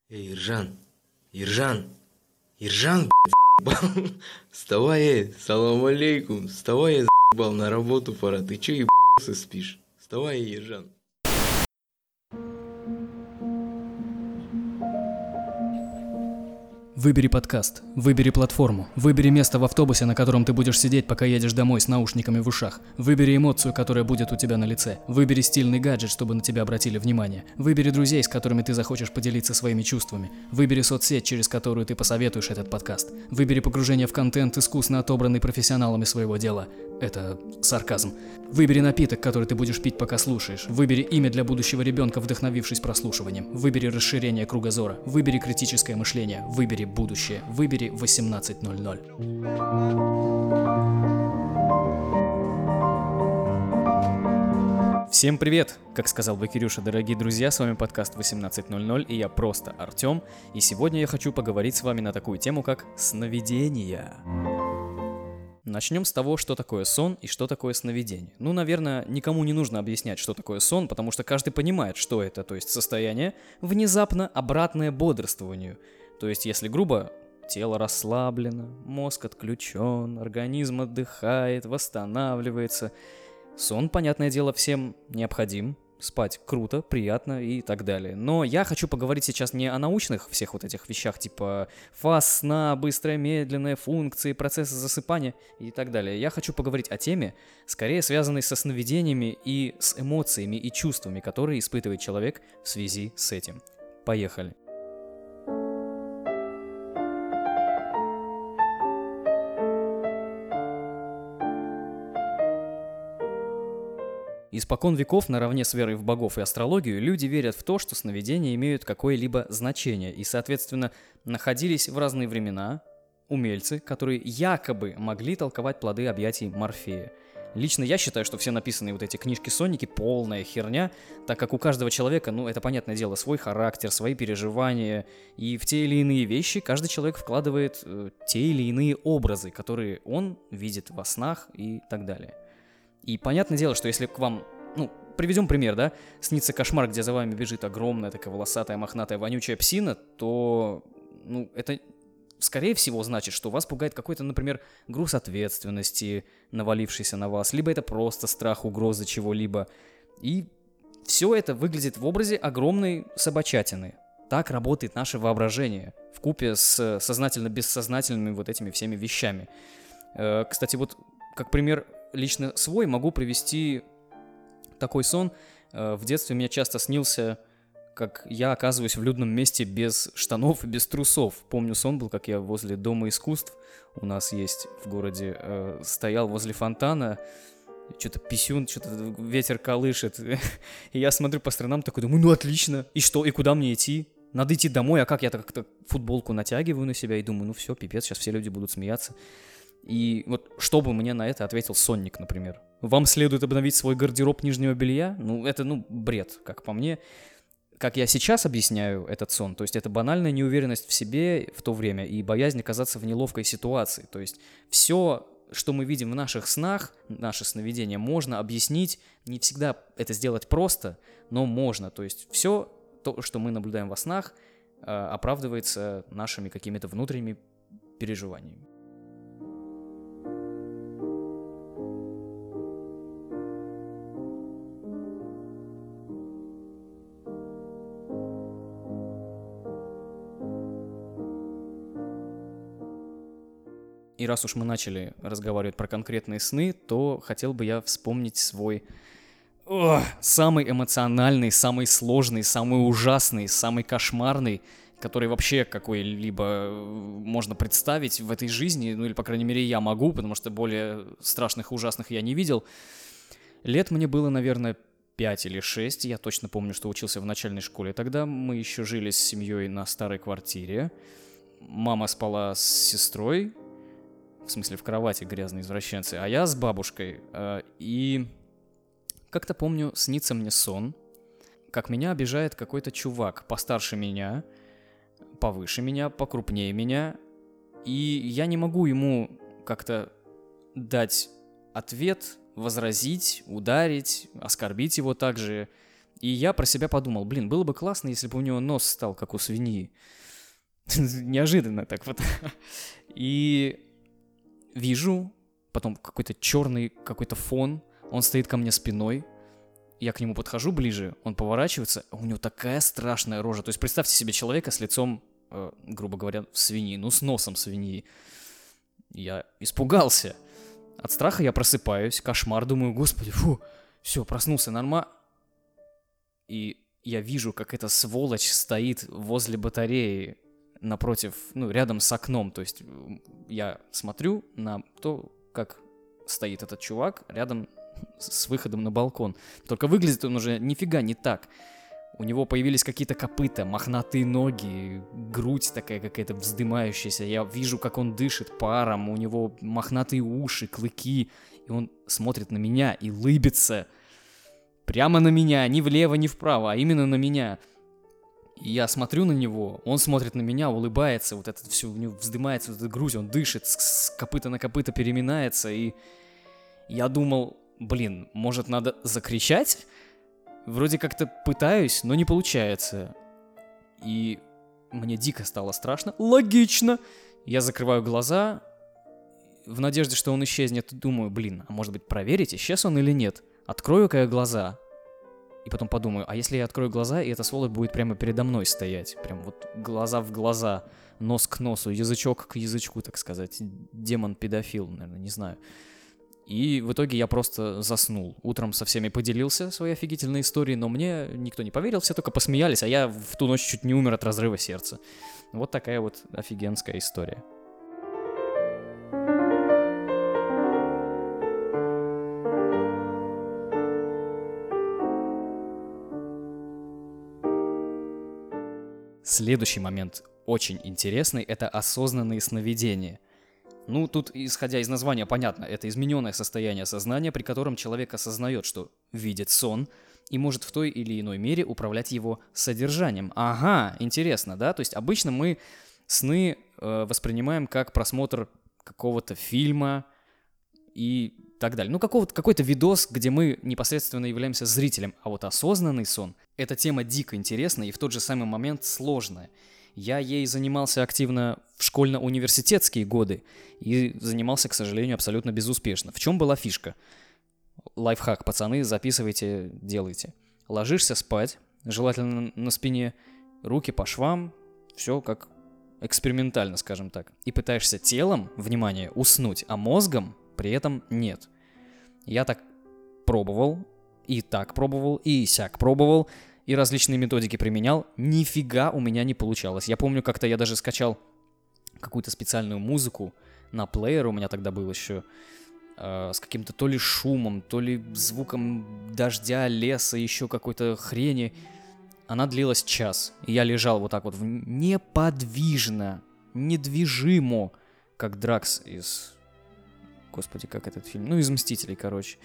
Эй, Иржан, блядь, вставай, салам алейкум, вставай, я заебал, на работу пора, ты че ебался спишь? Вставай, Иржан. Выбери подкаст, выбери платформу, выбери место в автобусе, на котором ты будешь сидеть, пока едешь домой с наушниками в ушах. Выбери эмоцию, которая будет у тебя на лице. Выбери стильный гаджет, чтобы на тебя обратили внимание. Выбери друзей, с которыми ты захочешь поделиться своими чувствами. Выбери соцсеть, через которую ты посоветуешь этот подкаст. Выбери погружение в контент, искусно отобранный профессионалами своего дела. Это сарказм. Выбери напиток, который ты будешь пить, пока слушаешь. Выбери имя для будущего ребенка, вдохновившись прослушиванием. Выбери расширение кругозора. Выбери критическое мышление. Выбери будущее. Выбери 18:00. Всем привет! Как сказал бы Кирюша, дорогие друзья, с вами подкаст 18:00, и я просто Артем. И сегодня я хочу поговорить с вами на такую тему, как сновидения. Начнем с того, что такое сон и что такое сновидение. Наверное, никому не нужно объяснять, что такое сон, потому что каждый понимает, что это, то есть состояние, внезапно обратное бодрствованию. То есть, если грубо, тело расслаблено, мозг отключен, организм отдыхает, восстанавливается. Сон, понятное дело, всем необходим. Спать круто, приятно и так далее. Но я хочу поговорить сейчас не о научных всех вот этих вещах, типа фаз сна, быстрое, медленное, функции, процессы засыпания и так далее. Я хочу поговорить о теме, скорее связанной со сновидениями и с эмоциями и чувствами, которые испытывает человек в связи с этим. Поехали. Испокон веков, наравне с верой в богов и астрологию, люди верят в то, что сновидения имеют какое-либо значение и, соответственно, находились в разные времена умельцы, которые якобы могли толковать плоды объятий Морфея. Лично я считаю, что все написанные вот эти книжки-сонники полная херня, так как у каждого человека, это понятное дело, свой характер, свои переживания, и в те или иные вещи каждый человек вкладывает те или иные образы, которые он видит во снах и так далее. И понятное дело, что если к вам, приведем пример, да, снится кошмар, где за вами бежит огромная такая волосатая, мохнатая, вонючая псина, то, это, скорее всего, значит, что вас пугает какой-то, например, груз ответственности, навалившийся на вас, либо это просто страх, угрозы чего-либо. И все это выглядит в образе огромной собачатины. Так работает наше воображение, вкупе с сознательно-бессознательными вот этими всеми вещами. Кстати, вот как пример лично свой могу привести такой сон. В детстве мне часто снился, как я оказываюсь в людном месте без штанов и без трусов. Помню, сон был, как я возле Дома искусств, у нас есть в городе, стоял возле фонтана, что-то писюн, что-то ветер колышет. И я смотрю по сторонам, такой думаю, отлично, и что, и куда мне идти? Надо идти домой, а как я как-то футболку натягиваю на себя и думаю, все, пипец, сейчас все люди будут смеяться. И вот что бы мне на это ответил сонник, например? Вам следует обновить свой гардероб нижнего белья? Это, бред, как по мне. Как я сейчас объясняю этот сон, то есть это банальная неуверенность в себе в то время и боязнь оказаться в неловкой ситуации. То есть все, что мы видим в наших снах, наши сновидения, можно объяснить. Не всегда это сделать просто, но можно. То есть все то, что мы наблюдаем во снах, оправдывается нашими какими-то внутренними переживаниями. И раз уж мы начали разговаривать про конкретные сны, то хотел бы я вспомнить свой самый эмоциональный, самый сложный, самый ужасный, самый кошмарный, который вообще какой-либо можно представить в этой жизни, или, по крайней мере, я могу, потому что более страшных и ужасных я не видел. Лет мне было, наверное, 5 или 6, я точно помню, что учился в начальной школе. Тогда мы еще жили с семьей на старой квартире. Мама спала с сестрой, в смысле в кровати, грязные извращенцы, а я с бабушкой. И как-то помню, снится мне сон, как меня обижает какой-то чувак постарше меня, повыше меня, покрупнее меня, и я не могу ему как-то дать ответ, возразить, ударить, оскорбить его также. И я про себя подумал, блин, было бы классно, если бы у него нос стал как у свиньи. Неожиданно так вот. И вижу, потом какой-то черный какой-то фон, он стоит ко мне спиной, я к нему подхожу ближе, он поворачивается, а у него такая страшная рожа. То есть представьте себе человека с лицом, грубо говоря, свиньи, ну с носом свиньи. Я испугался. От страха я просыпаюсь, кошмар, думаю, господи, фу, все, проснулся нормально. И я вижу, как эта сволочь стоит возле батареи, напротив, ну, рядом с окном. То есть я смотрю на то, как стоит этот чувак рядом с выходом на балкон. Только выглядит он уже нифига не так. У него появились какие-то копыта, мохнатые ноги, грудь такая какая-то вздымающаяся. Я вижу, как он дышит паром, у него мохнатые уши, клыки. И он смотрит на меня и лыбится. Прямо на меня, ни влево, ни вправо, а именно на меня. И я смотрю на него, он смотрит на меня, улыбается, вот это все, у него вздымается вот эта грудь, он дышит, с копыта на копыта переминается. И я думал, блин, может надо закричать? Вроде как-то пытаюсь, но не получается. И мне дико стало страшно. Логично. Я закрываю глаза в надежде, что он исчезнет. Думаю, блин, а может быть проверить, исчез он или нет? Открою-ка я глаза. И потом подумаю, а если я открою глаза, и эта сволочь будет прямо передо мной стоять? Прям вот глаза в глаза, нос к носу, язычок к язычку, так сказать. Демон-педофил, наверное, не знаю. И в итоге я просто заснул. Утром со всеми поделился своей офигительной историей, но мне никто не поверил, все только посмеялись, а я в ту ночь чуть не умер от разрыва сердца. Вот такая вот офигенская история. Следующий момент очень интересный, это осознанные сновидения. Ну, тут, исходя из названия, понятно, это измененное состояние сознания, при котором человек осознает, что видит сон, и может в той или иной мере управлять его содержанием. Ага, интересно, да? То есть обычно мы сны воспринимаем как просмотр какого-то фильма и так далее. Ну, какой-то видос, где мы непосредственно являемся зрителем. А вот осознанный сон — это тема дико интересная и в тот же самый момент сложная. Я ей занимался активно в школьно-университетские годы и занимался, к сожалению, абсолютно безуспешно. В чем была фишка? Лайфхак, пацаны, записывайте, делайте. Ложишься спать, желательно на спине, руки по швам, все как экспериментально, скажем так. И пытаешься телом, внимание, уснуть, а мозгом при этом нет. Я так пробовал, и так пробовал, и сяк пробовал, и различные методики применял, нифига у меня не получалось. Я помню, как-то я даже скачал какую-то специальную музыку на плеер, у меня тогда был еще, с каким-то то ли шумом, то ли звуком дождя, леса, еще какой-то хрени. Она длилась час, и я лежал вот так вот неподвижно, недвижимо, как Дракс из... Господи, как этот фильм? Ну, из «Мстителей», короче.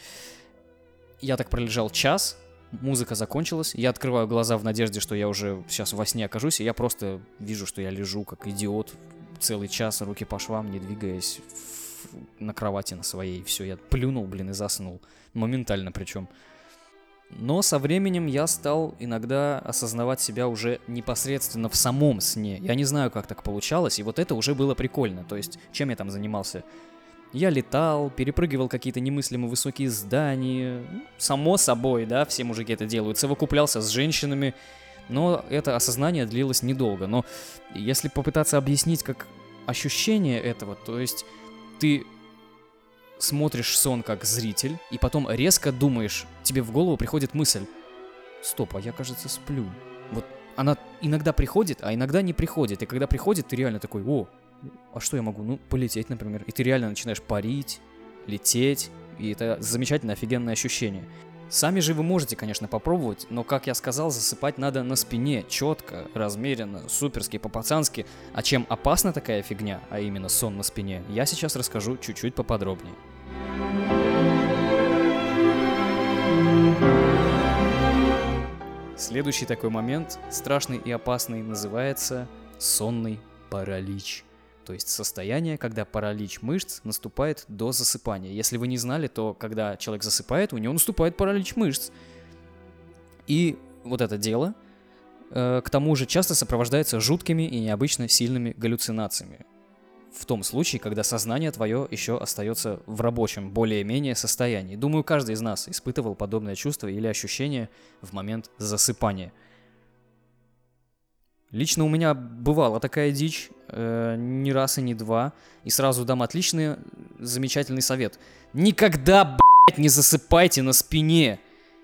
Я так пролежал час, музыка закончилась, я открываю глаза в надежде, что я уже сейчас во сне окажусь, и я просто вижу, что я лежу как идиот целый час, руки по швам, не двигаясь на кровати на своей. Все, я плюнул, блин, и заснул. Моментально причем. Но со временем я стал иногда осознавать себя уже непосредственно в самом сне. Я не знаю, как так получалось, и вот это уже было прикольно. То есть, чем я там занимался? Я летал, перепрыгивал какие-то немыслимо высокие здания. Само собой, да, все мужики это делают. Совокуплялся с женщинами. Но это осознание длилось недолго. Но если попытаться объяснить как ощущение этого, то есть ты смотришь сон как зритель, и потом резко думаешь, тебе в голову приходит мысль: стоп, а я, кажется, сплю. Вот она иногда приходит, а иногда не приходит. И когда приходит, ты реально такой: о, а что я могу? Ну, полететь, например. И ты реально начинаешь парить, лететь. И это замечательное, офигенное ощущение. Сами же вы можете, конечно, попробовать, но, как я сказал, засыпать надо на спине, четко, размеренно, суперски, по-пацански. А чем опасна такая фигня, а именно сон на спине, я сейчас расскажу чуть-чуть поподробнее. Следующий такой момент, страшный и опасный, называется сонный паралич. То есть состояние, когда паралич мышц наступает до засыпания. Если вы не знали, то когда человек засыпает, у него наступает паралич мышц. И вот это дело, к тому же, часто сопровождается жуткими и необычно сильными галлюцинациями. В том случае, когда сознание твое еще остается в рабочем, более-менее состоянии. Думаю, каждый из нас испытывал подобное чувство или ощущение в момент засыпания. Лично у меня бывала такая дичь, не раз и не два. И сразу дам отличный, замечательный совет. Никогда, блядь, не засыпайте на спине.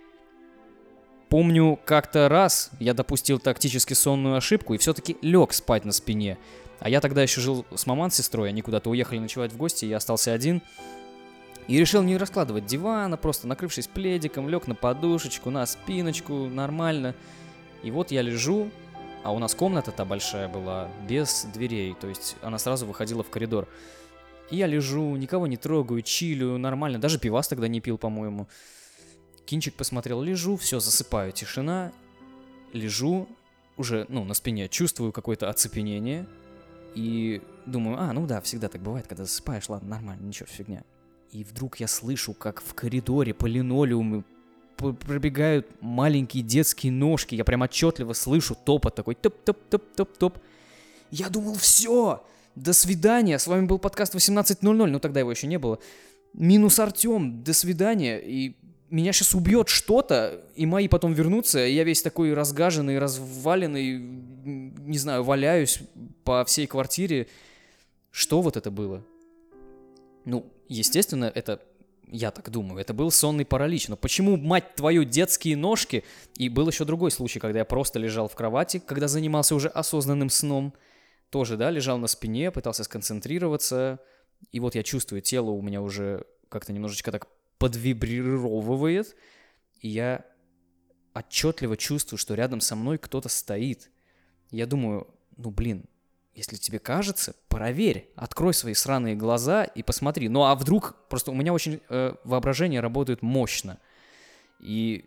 Помню, как-то раз я допустил тактически сонную ошибку и все-таки лег спать на спине. А я тогда еще жил с мамой, с сестрой, они куда-то уехали ночевать в гости, и я остался один. И решил не раскладывать диван, а просто накрывшись пледиком, лег на подушечку, на спиночку, нормально. И вот я лежу, а у нас комната-то большая была, без дверей, то есть она сразу выходила в коридор. И я лежу, никого не трогаю, чилю, нормально, даже пивас тогда не пил, по-моему. Кинчик посмотрел, лежу, все, засыпаю, тишина. Лежу, уже, на спине, чувствую какое-то оцепенение. И думаю, ну да, всегда так бывает, когда засыпаешь, ладно, нормально, ничего, фигня. И вдруг я слышу, как в коридоре по линолеуму пробегают маленькие детские ножки. Я прям отчетливо слышу топот такой, топ-топ-топ-топ-топ. Я думал, все, до свидания, с вами был подкаст 18:00, тогда его еще не было. Минус Артем, до свидания, и меня сейчас убьет что-то, и мои потом вернутся, и я весь такой разгаженный, разваленный, не знаю, валяюсь по всей квартире. Что вот это было? Естественно, это, я так думаю, это был сонный паралич. Но почему, мать твою, детские ножки? И был еще другой случай, когда я просто лежал в кровати, когда занимался уже осознанным сном. Тоже, да, лежал на спине, пытался сконцентрироваться. И вот я чувствую, тело у меня уже как-то немножечко так подвибрировывает, и я отчетливо чувствую, что рядом со мной кто-то стоит. Я думаю, если тебе кажется, проверь, открой свои сраные глаза и посмотри. А вдруг, просто у меня очень воображение работает мощно, и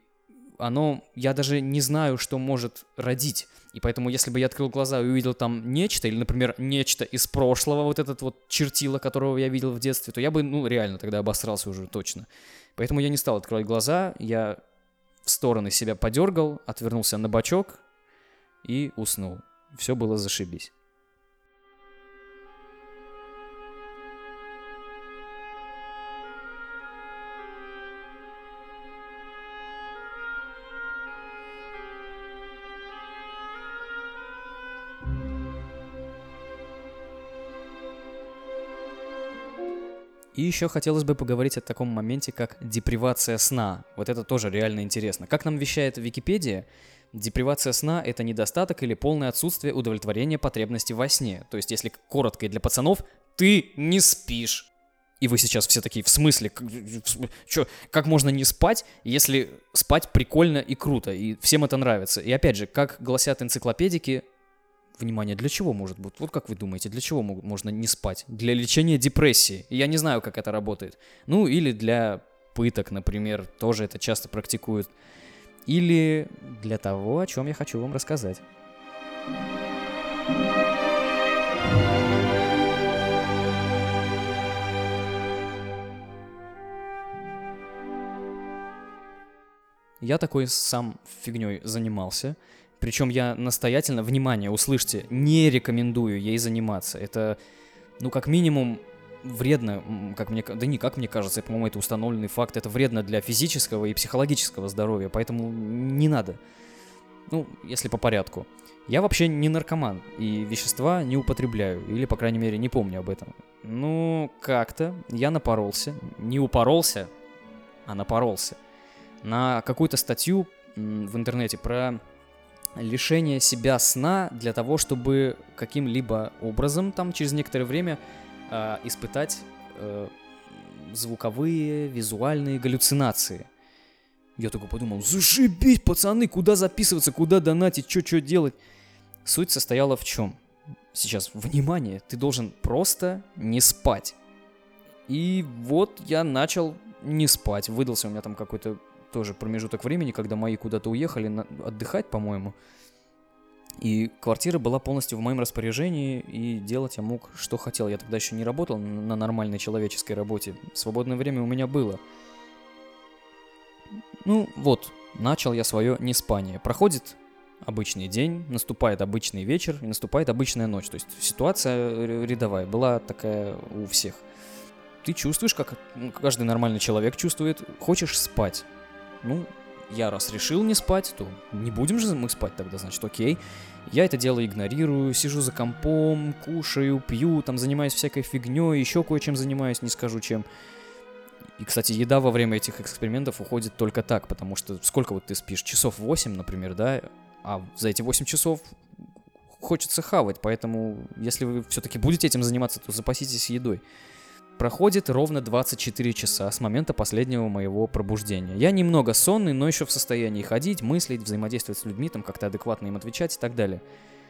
я даже не знаю, что может родить. И поэтому, если бы я открыл глаза и увидел там нечто, или, например, нечто из прошлого, вот этот вот чертило, которого я видел в детстве, то я бы, реально тогда обосрался уже точно. Поэтому я не стал открывать глаза, я в стороны себя подергал, отвернулся на бочок и уснул. Все было зашибись. И еще хотелось бы поговорить о таком моменте, как депривация сна. Вот это тоже реально интересно. Как нам вещает Википедия, депривация сна – это недостаток или полное отсутствие удовлетворения потребностей во сне. То есть, если коротко и для пацанов, ты не спишь. И вы сейчас все такие, в смысле? Как можно не спать, если спать прикольно и круто, и всем это нравится? И опять же, как гласят энциклопедики, внимание, для чего может быть? Вот как вы думаете, для чего можно не спать? Для лечения депрессии. Я не знаю, как это работает. Или для пыток, например, тоже это часто практикуют. Или для того, о чем я хочу вам рассказать. Я такой сам фигней занимался. Причем я настоятельно, внимание, услышьте, не рекомендую ей заниматься. Это, как минимум, вредно, как мне кажется, по-моему, это установленный факт, это вредно для физического и психологического здоровья, поэтому не надо. Если по порядку. Я вообще не наркоман и вещества не употребляю, или, по крайней мере, не помню об этом. Как-то я напоролся, не упоролся, а напоролся на какую-то статью в интернете про лишение себя сна для того, чтобы каким-либо образом через некоторое время испытать звуковые, визуальные галлюцинации. Я такой подумал, зашибись, пацаны, куда записываться, куда донатить, что делать? Суть состояла в чем? Сейчас, внимание, ты должен просто не спать. И вот я начал не спать. Выдался у меня там какой-то тоже промежуток времени, когда мои куда-то уехали отдыхать, по-моему. И квартира была полностью в моем распоряжении, и делать я мог, что хотел. Я тогда еще не работал на нормальной человеческой работе. Свободное время у меня было. начал я свое неспание. Проходит обычный день, наступает обычный вечер и наступает обычная ночь. То есть ситуация рядовая, была такая у всех. Ты чувствуешь, как каждый нормальный человек чувствует, хочешь спать. Ну, я раз решил не спать, то не будем же мы спать тогда, значит, окей. Я это дело игнорирую, сижу за компом, кушаю, пью, там занимаюсь всякой фигней, еще кое-чем занимаюсь, не скажу чем. И, кстати, еда во время этих экспериментов уходит только так, потому что сколько вот ты спишь? Часов 8, например, да? А за эти 8 часов хочется хавать, поэтому если вы все-таки будете этим заниматься, то запаситесь едой. Проходит ровно 24 часа с момента последнего моего пробуждения. Я немного сонный, но еще в состоянии ходить, мыслить, взаимодействовать с людьми, там как-то адекватно им отвечать и так далее.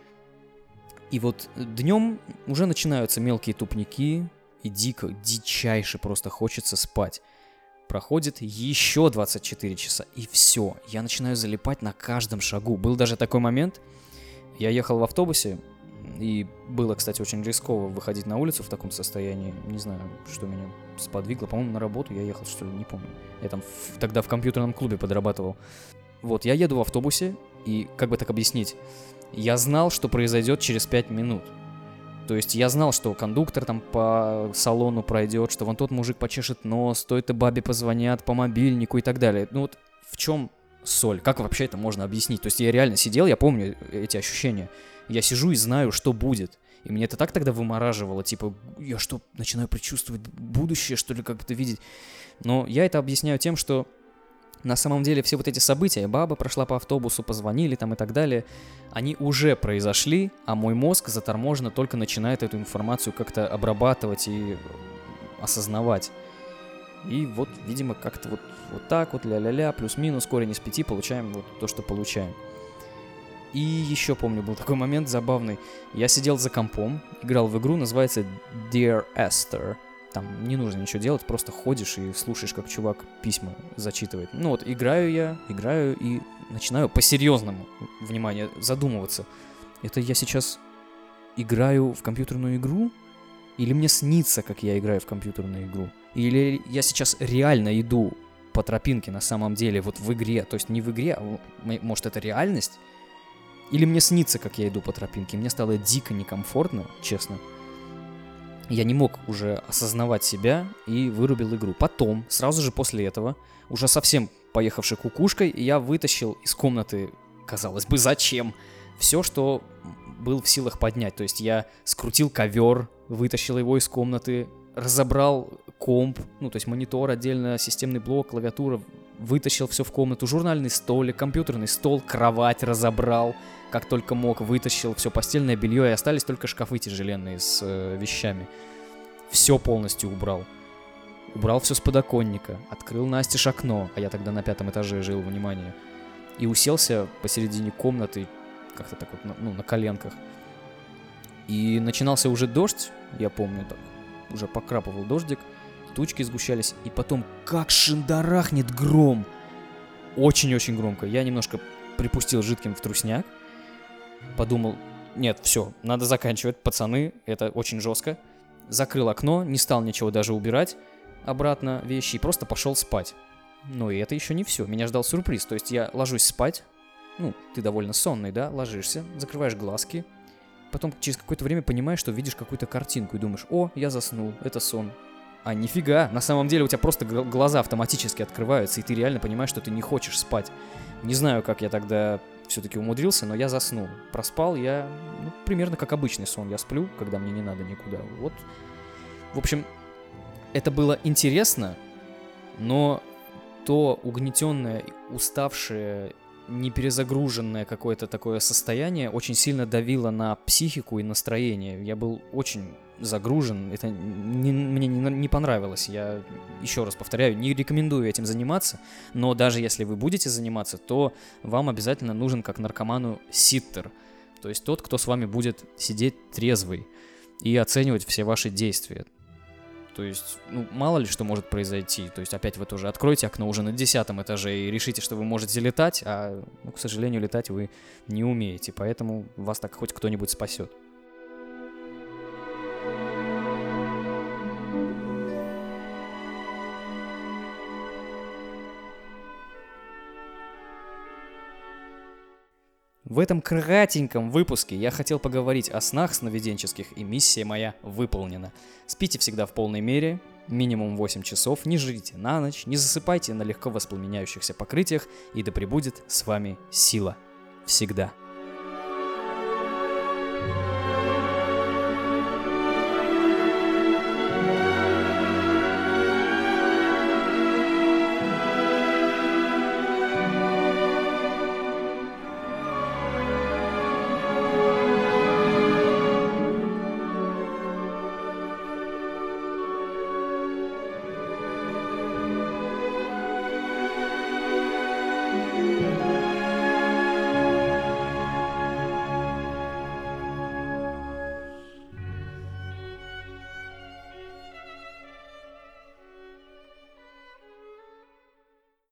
И вот днем уже начинаются мелкие тупники, и дичайше просто хочется спать. Проходит еще 24 часа, и все, я начинаю залипать на каждом шагу. Был даже такой момент, я ехал в автобусе, и было, кстати, очень рисково выходить на улицу в таком состоянии. Не знаю, что меня сподвигло. По-моему, на работу я ехал, что ли, не помню. Я там тогда в компьютерном клубе подрабатывал. Вот, я еду в автобусе, и, как бы так объяснить, я знал, что произойдет через 5 минут. То есть я знал, что кондуктор там по салону пройдет, что вон тот мужик почешет нос, то это бабе позвонят по мобильнику и так далее. Ну вот в чем соль? Как вообще это можно объяснить? То есть я реально сидел, я помню эти ощущения. Я сижу и знаю, что будет. И мне это так тогда вымораживало, типа, я что, начинаю предчувствовать будущее, что ли, как-то видеть? Но я это объясняю тем, что на самом деле все вот эти события, баба прошла по автобусу, позвонили там и так далее, они уже произошли, а мой мозг заторможенно только начинает эту информацию как-то обрабатывать и осознавать. И вот, видимо, как-то вот так вот, ля-ля-ля, плюс-минус, корень из 5, получаем вот то, что получаем. И еще помню, был такой момент забавный. Я сидел за компом, играл в игру, называется Dear Esther. Там не нужно ничего делать, просто ходишь и слушаешь, как чувак письма зачитывает. Ну вот, играю и начинаю по-серьезному, внимание, задумываться. Это я сейчас играю в компьютерную игру? Или мне снится, как я играю в компьютерную игру? Или я сейчас реально иду по тропинке на самом деле, вот в игре? То есть не в игре, а может это реальность? Или мне снится, как я иду по тропинке. Мне стало дико некомфортно, честно. Я не мог уже осознавать себя и вырубил игру. Потом, сразу же после этого, уже совсем поехавший кукушкой, я вытащил из комнаты, казалось бы, зачем, все, что был в силах поднять. То есть я скрутил ковер, вытащил его из комнаты, разобрал комп, ну то есть монитор отдельно, системный блок, клавиатура, вытащил все в комнату, журнальный столик, компьютерный стол, кровать разобрал, как только мог, вытащил все постельное белье, и остались только шкафы тяжеленные с вещами. Все полностью убрал. Убрал все с подоконника, открыл настежь окно, а я тогда на 5-м этаже жил, внимание, и уселся посередине комнаты, как-то так вот, ну, на коленках. И начинался уже дождь, я помню, так, уже покрапывал дождик, тучки сгущались, и потом как шандарахнет гром. Очень-очень громко. Я немножко припустил жидким в трусняк, подумал, нет, все, надо заканчивать, пацаны, это очень жестко. Закрыл окно, не стал ничего даже убирать обратно вещи и просто пошел спать. Но и это еще не все, меня ждал сюрприз, то есть я ложусь спать, ну, ты довольно сонный, да, ложишься, закрываешь глазки, потом через какое-то время понимаешь, что видишь какую-то картинку и думаешь, о, я заснул, это сон. А нифига, на самом деле у тебя просто глаза автоматически открываются, и ты реально понимаешь, что ты не хочешь спать. Не знаю, как я тогда все-таки умудрился, но я заснул. Проспал я, ну, примерно как обычный сон. Я сплю, когда мне не надо никуда. Вот. В общем, это было интересно, но то угнетенное, уставшее, неперезагруженное какое-то такое состояние очень сильно давило на психику и настроение. Я был очень загружен, это мне не понравилось. Я еще раз повторяю, не рекомендую этим заниматься, но даже если вы будете заниматься, то вам обязательно нужен как наркоману ситтер, то есть тот, кто с вами будет сидеть трезвый и оценивать все ваши действия. То есть, ну, мало ли что может произойти. То есть опять вы тоже откроете окно уже на 10-м этаже и решите, что вы можете летать, а, ну, к сожалению, летать вы не умеете, поэтому вас так хоть кто-нибудь спасет. В этом кратеньком выпуске я хотел поговорить о снах сновиденческих, и миссия моя выполнена. Спите всегда в полной мере, минимум 8 часов, не жрите на ночь, не засыпайте на легко воспламеняющихся покрытиях, и да пребудет с вами сила. Всегда.